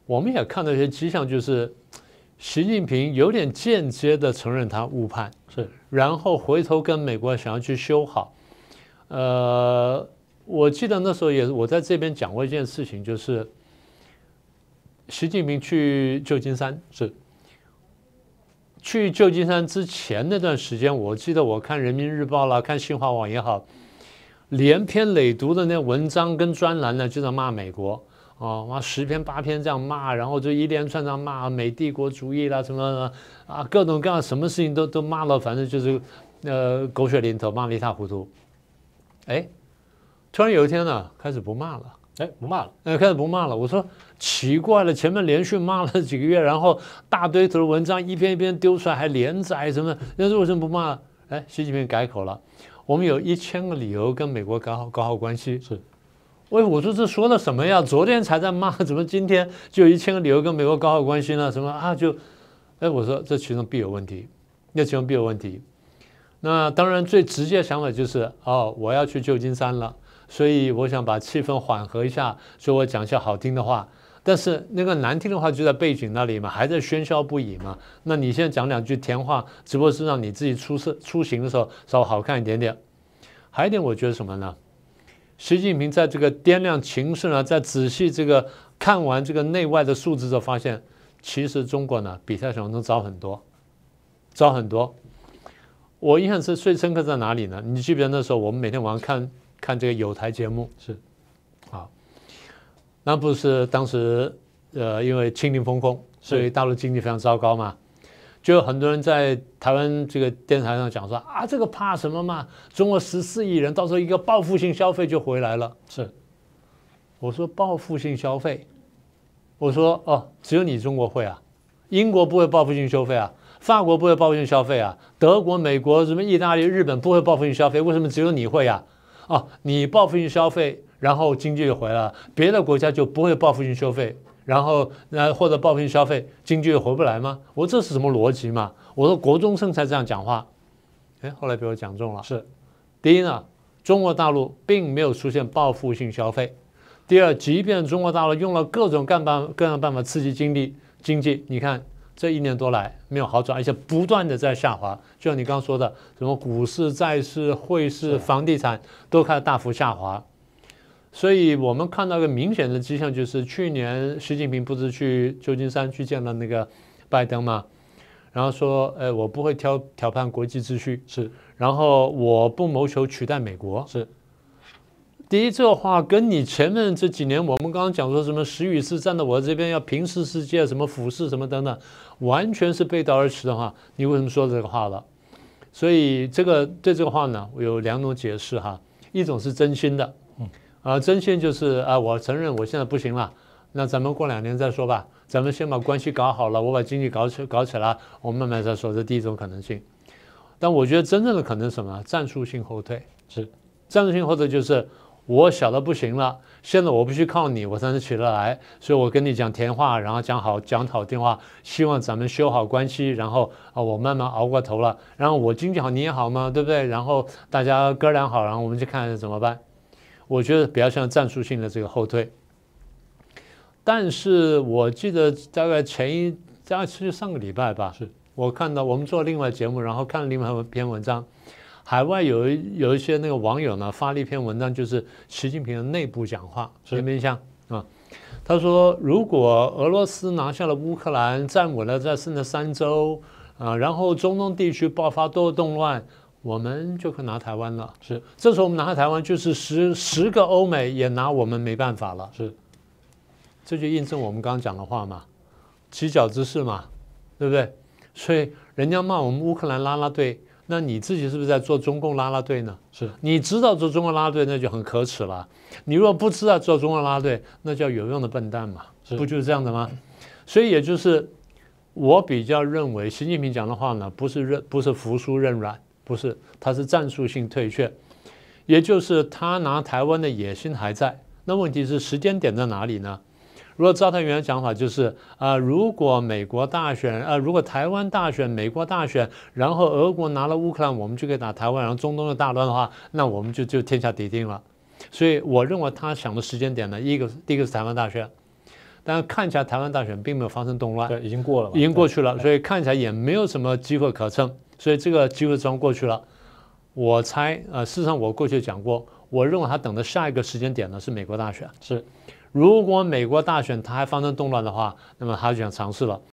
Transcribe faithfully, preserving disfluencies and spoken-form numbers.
我们也看到一些迹象，就是习近平有点间接的承认他误判， 是， 然后回头跟美国想要去修好。呃，我记得那时候也我在这边讲过一件事情，就是习近平去旧金山是。 去旧金山之前那段时间，我记得我看人民日报啦，看新华网也好，连篇累牍的那文章跟专栏呢，就在骂美国啊，骂十篇八篇这样骂，然后就一连串这样骂美帝国主义啦，什么啊，各种各样什么事情都都骂了，反正就是呃狗血淋头，骂得一塌糊涂。哎，突然有一天呢，开始不骂了。 哎，不骂了， 呃，开始不骂了。我说奇怪了，前面连续骂了几个月，然后大堆头的文章一篇一篇丢出来，还连载什么，那为什么不骂了？哎，习近平改口了，我们有一千个理由跟美国搞好搞好关系。 是， 喂，我说这说了什么呀？昨天才在骂，怎么今天就有一千个理由跟美国搞好关系呢？什么啊？就，哎，我说这其中必有问题，那其中必有问题。那当然最直接的想法就是哦，我要去旧金山了。所以我想把气氛缓和一下，所以我讲一些好听的话，但是那个难听的话就在背景那里嘛，还在喧嚣不已嘛。那你现在讲两句甜话，只不过是让你自己出事出行的时候稍微好看一点点。还有一点，我觉得什么呢？习近平在这个掂量情势呢，在仔细这个看完这个内外的数字之后，发现其实中国呢比他想象中糟很多，糟很多。我印象是最深刻在哪里呢？你记不记得那时候我们每天晚上看？看这个有台节目是， 啊，那不是当时呃因为清零风控，所以大陆经济非常糟糕嘛，就有很多人在台湾这个电视台上讲说啊，这个怕什么嘛？中国十四亿人，到时候一个报复性消费就回来了。 是， 我说报复性消费，我说哦，只有你中国会啊，英国不会报复性消费啊，法国不会报复性消费啊，德国、美国什么意大利、日本不会报复性消费，为什么只有你会啊？哦，你报复性消费，然后经济就回来了，别的国家就不会报复性消费，然后呃或者报复性消费，经济就回不来吗？我说这是什么逻辑嘛？我说国中生才这样讲话，哎，后来被我讲中了。 是， 第一呢，中国大陆并没有出现报复性消费；第二，即便中国大陆用了各种各办各样办法刺激经济，经济你看。这一年多来没有好转，而且不断的在下滑。就像你刚刚说的，什么股市、债市、汇市、房地产都开始大幅下滑。所以我们看到一个明显的迹象，就是去年习近平不是去旧金山去见了那个拜登嘛，然后说，呃，我不会挑挑判国际秩序， 是， 然后我不谋求取代美国， 是。 第一，这个话跟你前面这几年我们刚刚讲说什么时与势站在我这边要平视世界，什么俯视什么等等，完全是背道而驰的话，你为什么说这个话了？所以这个对这个话呢，我有两种解释哈，一种是真心的，嗯，啊，真心就是啊，我承认我现在不行了，那咱们过两年再说吧，咱们先把关系搞好了，我把经济搞起搞起来，我们慢慢再说，这第一种可能性。但我觉得真正的可能是什么？战术性后退， 是战术性后退就是。我小的不行了，现在我必须靠你，我才能起得来，所以我跟你讲甜话，然后讲好讲好听话，希望咱们修好关系，然后啊，我慢慢熬过头了，然后我经济好，你也好嘛，对不对？然后大家哥俩好，然后我们就看怎么办。我觉得比较像战术性的这个后退。但是我记得大概前一大概是上个礼拜吧， 是我看到我们做另外节目，然后看了另外一篇文章。海外有一有一些那个网友呢发了一篇文章，就是习近平的内部讲话，有没有印象啊？他说，如果俄罗斯拿下了乌克兰，站稳了在剩的三州啊，然后中东地区爆发多动乱，我们就可以拿台湾了。 是， 这时候我们拿下台湾，就是十十个欧美也拿我们没办法了。 是， 这就印证我们刚刚讲的话嘛，起脚之势嘛，对不对？所以人家骂我们乌克兰啦啦队。那你自己是不是在做中共啦啦队呢？ 是， 你知道做中共啦啦队那就很可耻了。你如果不知道做中共啦啦队，那叫有用的笨蛋嘛，不就是这样的吗？所以也就是我比较认为，习近平讲的话呢，不是认不是服输认软，不是，他是战术性退却，也就是他拿台湾的野心还在。那问题是时间点在哪里呢？如果照他原来讲法，就是啊、呃，如果美国大选，啊、呃，如果台湾大选，美国大选，然后俄国拿了乌克兰，我们就可以打台湾，然后中东的大乱的话，那我们就就天下底定了。所以我认为他想的时间点呢，一个第一个是台湾大选， 但是看起来台湾大选并没有发生动乱， 对，已经过了嘛， 已经过去了，所以看起来也没有什么机会可乘，所以这个机会终过去了。我猜，呃，事实上我过去讲过，我认为他等的下一个时间点呢是美国大选， 是， 如果美国大选他还发生动乱的话，那么他就想尝试了。